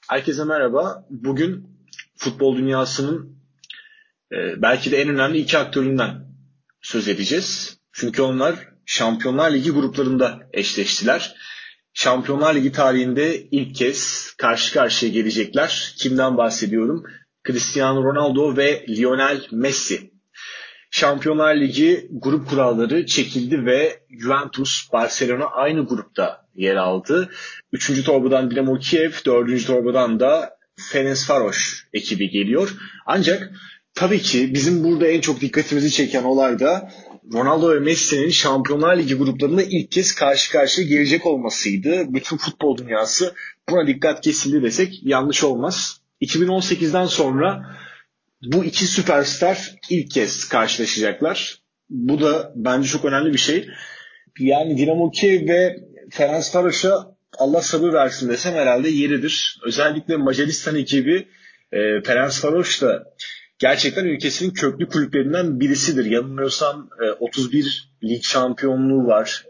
Herkese merhaba. Bugün futbol dünyasının belki de en önemli iki aktöründen söz edeceğiz. Çünkü onlar Şampiyonlar Ligi gruplarında eşleştiler. Şampiyonlar Ligi tarihinde ilk kez karşı karşıya gelecekler. Kimden bahsediyorum? Cristiano Ronaldo ve Lionel Messi. Şampiyonlar Ligi grup kuralları çekildi ve Juventus, Barcelona aynı grupta yer aldı. Üçüncü torbadan Dinamo Kiev, dördüncü torbadan da Ferencvaros ekibi geliyor. Ancak tabii ki bizim burada en çok dikkatimizi çeken olay da Ronaldo ve Messi'nin Şampiyonlar Ligi gruplarında ilk kez karşı karşıya gelecek olmasıydı. Bütün futbol dünyası buna dikkat kesildi desek yanlış olmaz. 2018'den sonra bu iki süperstar ilk kez karşılaşacaklar. Bu da bence çok önemli bir şey. Yani Dinamo Kiev ve Ferencvaros'a Allah sabır versin desem herhalde yeridir. Özellikle Macaristan ekibi Ferencvaros da gerçekten ülkesinin köklü kulüplerinden birisidir. Yanılmıyorsam 31 lig şampiyonluğu var.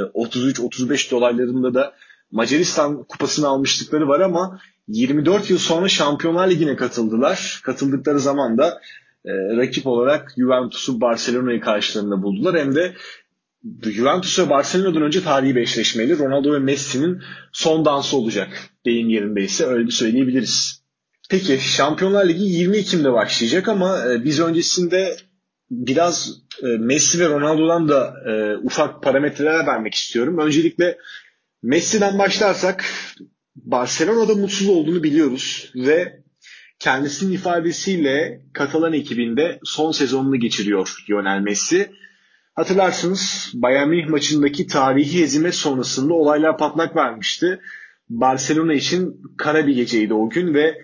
33-35 dolaylarında da Macaristan kupasını almışlıkları var ama 24 yıl sonra Şampiyonlar Ligi'ne katıldılar. Katıldıkları zaman da rakip olarak Juventus'u, Barcelona'yı karşılarında buldular. Hem de Juventus ve Barcelona'dan önce tarihi bir eşleşmeydi. Ronaldo ve Messi'nin son dansı olacak. Deyim yerindeyse öyle bir söyleyebiliriz. Peki Şampiyonlar Ligi 20 Ekim'de başlayacak ama biz öncesinde biraz Messi ve Ronaldo'dan da ufak parametreler vermek istiyorum. Öncelikle Messi'den başlarsak Barcelona'da mutsuz olduğunu biliyoruz ve kendisinin ifadesiyle Katalan ekibinde son sezonunu geçiriyor Lionel Messi. Hatırlarsınız Bayern Münih maçındaki tarihi hezimet sonrasında olaylar patlak vermişti. Barcelona için kara bir geceydi o gün ve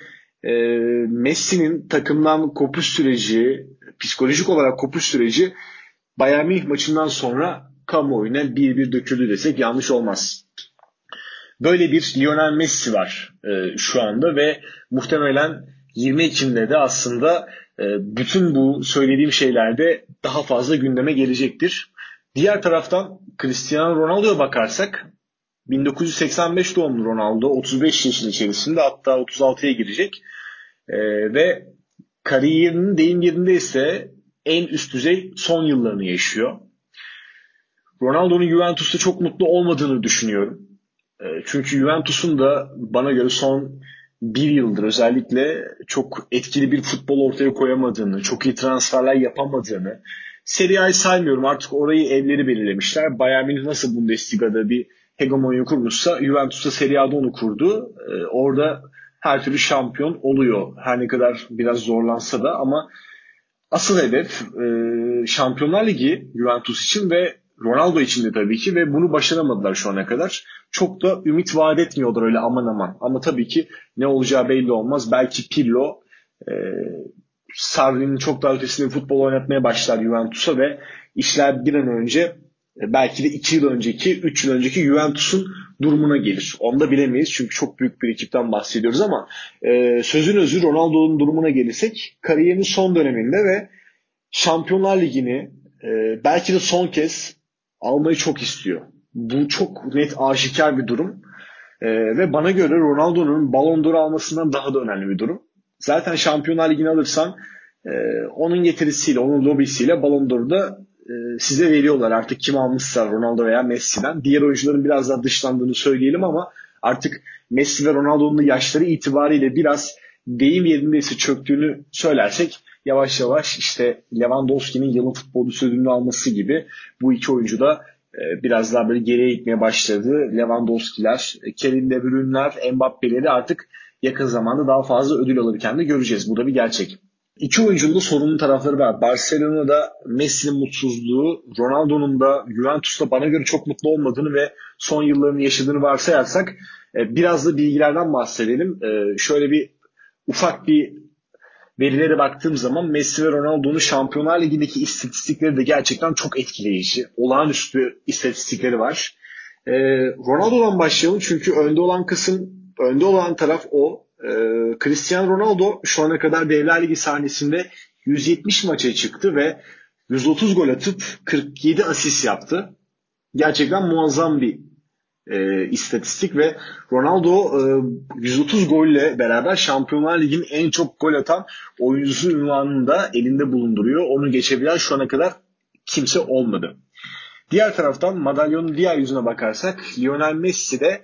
Messi'nin takımdan kopuş süreci, psikolojik olarak kopuş süreci Bayern Münih maçından sonra kamuoyuna bir döküldü desek yanlış olmaz. Böyle bir Lionel Messi var şu anda ve muhtemelen 20 Ekim'de de aslında bütün bu söylediğim şeylerde daha fazla gündeme gelecektir. Diğer taraftan Cristiano Ronaldo'ya bakarsak 1985 doğumlu Ronaldo 35 yaşın içerisinde hatta 36'ya girecek ve kariyerinin deyim yerinde ise en üst düzey son yıllarını yaşıyor. Ronaldo'nun Juventus'ta çok mutlu olmadığını düşünüyorum. Çünkü Juventus'un da bana göre son bir yıldır özellikle çok etkili bir futbol ortaya koyamadığını, çok iyi transferler yapamadığını, Serie A'yı saymıyorum artık orayı evleri belirlemişler. Bayern Münih nasıl Bundesliga'da bir hegemonya kurmuşsa Juventus da Serie A'da onu kurdu. Orada her türlü şampiyon oluyor. Her ne kadar biraz zorlansa da ama asıl hedef Şampiyonlar Ligi Juventus için ve Ronaldo için de tabii ki ve bunu başaramadılar şu ana kadar. Çok da ümit vaat etmiyorlar öyle aman aman. Ama tabii ki ne olacağı belli olmaz. Belki Pirlo e, Sarri'nin çok daha ötesinde futbol oynatmaya başlar Juventus'a ve işler bir an önce belki de 2 yıl önceki, 3 yıl önceki Juventus'un durumuna gelir. Onu da bilemeyiz çünkü çok büyük bir ekipten bahsediyoruz ama sözün özü Ronaldo'nun durumuna gelirsek kariyerinin son döneminde ve Şampiyonlar Ligi'ni belki de son kez almayı çok istiyor. Bu çok net aşikar bir durum. Ve bana göre Ronaldo'nun Ballon d'Or almasından daha da önemli bir durum. Zaten Şampiyonlar Ligi'ni alırsan e, onun getirisiyle, onun lobisiyle Ballon d'Or'u da size veriyorlar. Artık kim almışsa Ronaldo veya Messi'den. Diğer oyuncuların biraz daha dışlandığını söyleyelim ama artık Messi ve Ronaldo'nun da yaşları itibariyle biraz deyim yerindeyse çöktüğünü söylersek yavaş yavaş işte Lewandowski'nin yılın futbolcusu ödülünü alması gibi bu iki oyuncu da biraz daha böyle geriye gitmeye başladı. Lewandowski'ler, Kevin De Bruyne'ler, Mbappe'leri artık yakın zamanda daha fazla ödül alırken de göreceğiz. Bu da bir gerçek. İki oyuncunun da sorunlu tarafları var. Barcelona'da Messi'nin mutsuzluğu, Ronaldo'nun da Juventus'ta bana göre çok mutlu olmadığını ve son yıllarını yaşadığını varsayarsak biraz da bilgilerden bahsedelim. Şöyle bir ufak bir verilere baktığım zaman Messi ve Ronaldo'nun Şampiyonlar Ligi'ndeki istatistikleri de gerçekten çok etkileyici. Olağanüstü istatistikleri var. Ronaldo'dan başlayalım çünkü önde olan taraf o. Cristiano Ronaldo şu ana kadar Devler Ligi sahnesinde 170 maça çıktı ve 130 gol atıp 47 asist yaptı. Gerçekten muazzam bir istatistik ve Ronaldo 130 golle beraber Şampiyonlar Ligi'nin en çok gol atan oyuncusu unvanını da elinde bulunduruyor. Onu geçebilen şu ana kadar kimse olmadı. Diğer taraftan madalyonun diğer yüzüne bakarsak Lionel Messi de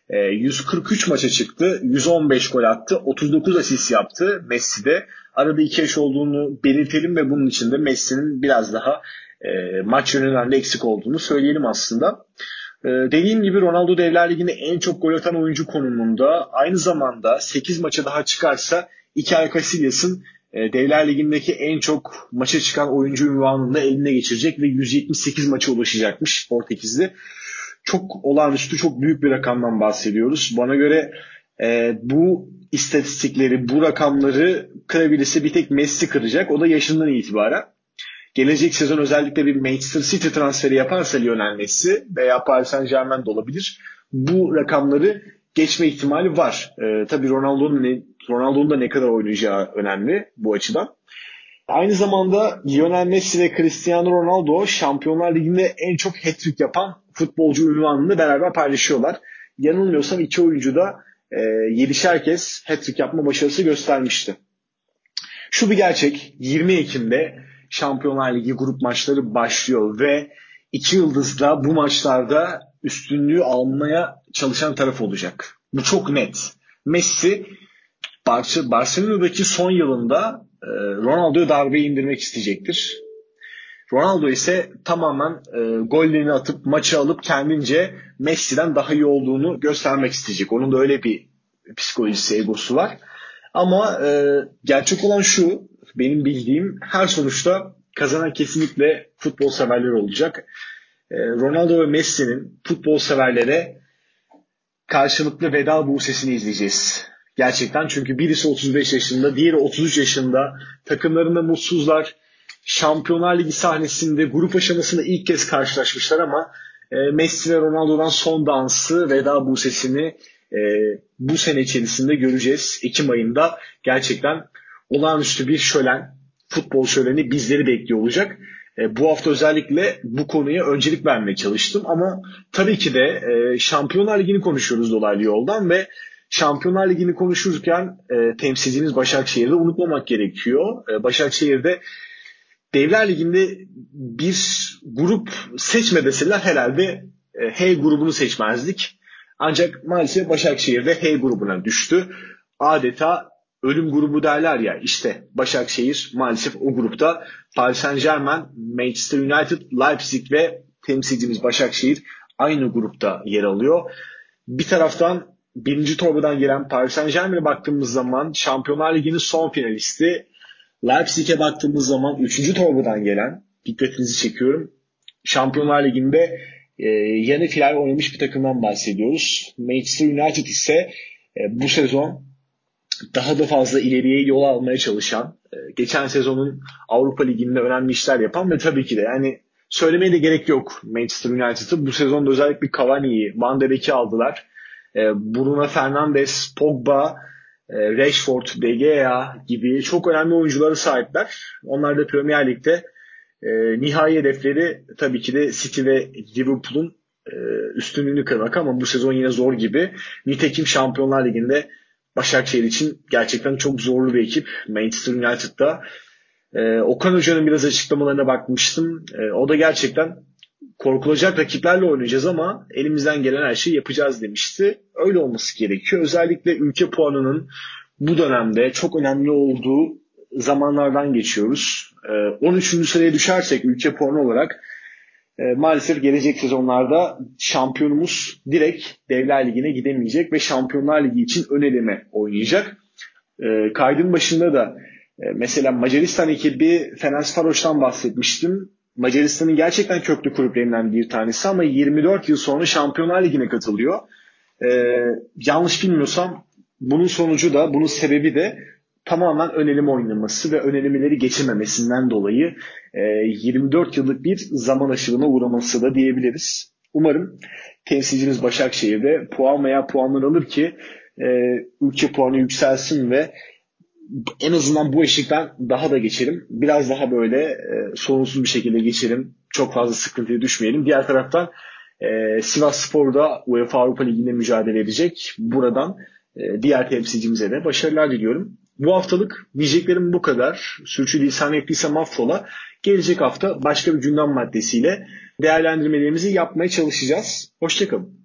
143 maça çıktı. 115 gol attı. 39 asist yaptı Messi'de. Arada 2 yaş olduğunu belirtelim ve bunun için de Messi'nin biraz daha maç yönelinde eksik olduğunu söyleyelim aslında. Dediğim gibi Ronaldo Devler Ligi'nde en çok gol atan oyuncu konumunda. Aynı zamanda 8 maça daha çıkarsa Iker Casillas'ın Devler Ligi'ndeki en çok maça çıkan oyuncu unvanını da eline geçirecek ve 178 maça ulaşacakmış Portekizli. Çok olağanüstü, çok büyük bir rakamdan bahsediyoruz. Bana göre bu istatistikleri, bu rakamları kırabilirse bir tek Messi kıracak. O da yaşından itibaren. Gelecek sezon özellikle bir Manchester City transferi yaparsa Lionel Messi veya Paris Saint-Germain de olabilir. Bu rakamları geçme ihtimali var. Tabii Ronaldo'nun da ne kadar oynayacağı önemli bu açıdan. Aynı zamanda Lionel Messi ve Cristiano Ronaldo Şampiyonlar Ligi'nde en çok hat-trick yapan futbolcu unvanını beraber paylaşıyorlar. Yanılmıyorsam iki oyuncu da 7'şer kez hat-trick yapma başarısı göstermişti. Şu bir gerçek, 20 Ekim'de Şampiyonlar Ligi grup maçları başlıyor ve iki yıldız da bu maçlarda üstünlüğü almaya çalışan taraf olacak. Bu çok net. Messi Barcelona'daki son yılında Ronaldo'yu darbeye indirmek isteyecektir. Ronaldo ise tamamen gollerini atıp maçı alıp kendince Messi'den daha iyi olduğunu göstermek isteyecek. Onun da öyle bir psikolojisi, egosu var. Ama gerçek olan şu, benim bildiğim her sonuçta kazanan kesinlikle futbol severler olacak. Ronaldo ve Messi'nin futbol severlere karşılıklı veda buğsesini izleyeceğiz. Gerçekten, çünkü birisi 35 yaşında, diğeri 33 yaşında. Takımlarında mutsuzlar. Şampiyonlar Ligi sahnesinde grup aşamasında ilk kez karşılaşmışlar ama Messi ve Ronaldo'dan son dansı, veda buğsesini bu sene içerisinde göreceğiz. Ekim ayında gerçekten olağanüstü bir şölen, futbol şöleni bizleri bekliyor olacak. Bu hafta özellikle bu konuya öncelik vermeye çalıştım ama tabii ki de Şampiyonlar Ligi'ni konuşuyoruz dolaylı yoldan ve Şampiyonlar Ligi'ni konuşurken temsilcimiz Başakşehir'i unutmamak gerekiyor. Başakşehir'de Devler Ligi'nde bir grup seçme deseler herhalde H grubunu seçmezdik. Ancak maalesef Başakşehir de H grubuna düştü. Adeta ölüm grubu derler ya, işte Başakşehir maalesef o grupta. Paris Saint-Germain, Manchester United, Leipzig ve temsilcimiz Başakşehir aynı grupta yer alıyor. Bir taraftan birinci torbadan gelen Paris Saint-Germain'e baktığımız zaman Şampiyonlar Ligi'nin son finalisti. Leipzig'e baktığımız zaman 3. torbadan gelen, dikkatinizi çekiyorum, Şampiyonlar Ligi'nde yarı final oynamış bir takımdan bahsediyoruz. Manchester United ise bu sezon daha da fazla ileriye yol almaya çalışan, geçen sezonun Avrupa Ligi'nde önemli işler yapan ve tabii ki de yani söylemeye de gerek yok Manchester United'ı. Bu sezonda özellikle Cavani'yi, Van de Beek'i aldılar. Bruno Fernandes, Pogba, Rashford, De Gea gibi çok önemli oyunculara sahipler. Onlar da Premier Lig'de nihai hedefleri tabii ki de City ve Liverpool'un üstünlüğünü kırmak ama bu sezon yine zor gibi. Nitekim Şampiyonlar Ligi'nde Başakşehir için gerçekten çok zorlu bir ekip. Manchester United'da. Okan Hoca'nın biraz açıklamalarına bakmıştım. O da gerçekten korkulacak rakiplerle oynayacağız ama elimizden gelen her şeyi yapacağız demişti. Öyle olması gerekiyor. Özellikle ülke puanının bu dönemde çok önemli olduğu zamanlardan geçiyoruz. 13. sıraya düşersek ülke puanı olarak maalesef gelecek sezonlarda şampiyonumuz direkt Devler Ligi'ne gidemeyecek ve Şampiyonlar Ligi için ön eleme oynayacak. Kaydın başında da mesela Macaristan ekibi Ferencvaros'tan bahsetmiştim. Macaristan'ın gerçekten köklü kulüplerinden bir tanesi ama 24 yıl sonra Şampiyonlar Ligi'ne katılıyor. Yanlış bilmiyorsam bunun sonucu da, bunun sebebi de tamamen ön eleme oynaması ve ön elemeleri geçirmemesinden dolayı 24 yıllık bir zaman aşımına uğraması da diyebiliriz. Umarım temsilcimiz Başakşehir'de puan veya puanlar alır ki ülke puanı yükselsin ve en azından bu eşikten daha da geçelim. Biraz daha böyle sorunsuz bir şekilde geçelim. Çok fazla sıkıntıya düşmeyelim. Diğer taraftan Sivasspor da UEFA Avrupa Ligi'nde mücadele edecek. Buradan diğer temsilcimize de başarılar diliyorum. Bu haftalık diyeceklerim bu kadar. Sürçülisan ettiysem affola. Gelecek hafta başka bir gündem maddesiyle değerlendirmelerimizi yapmaya çalışacağız. Hoşçakalın.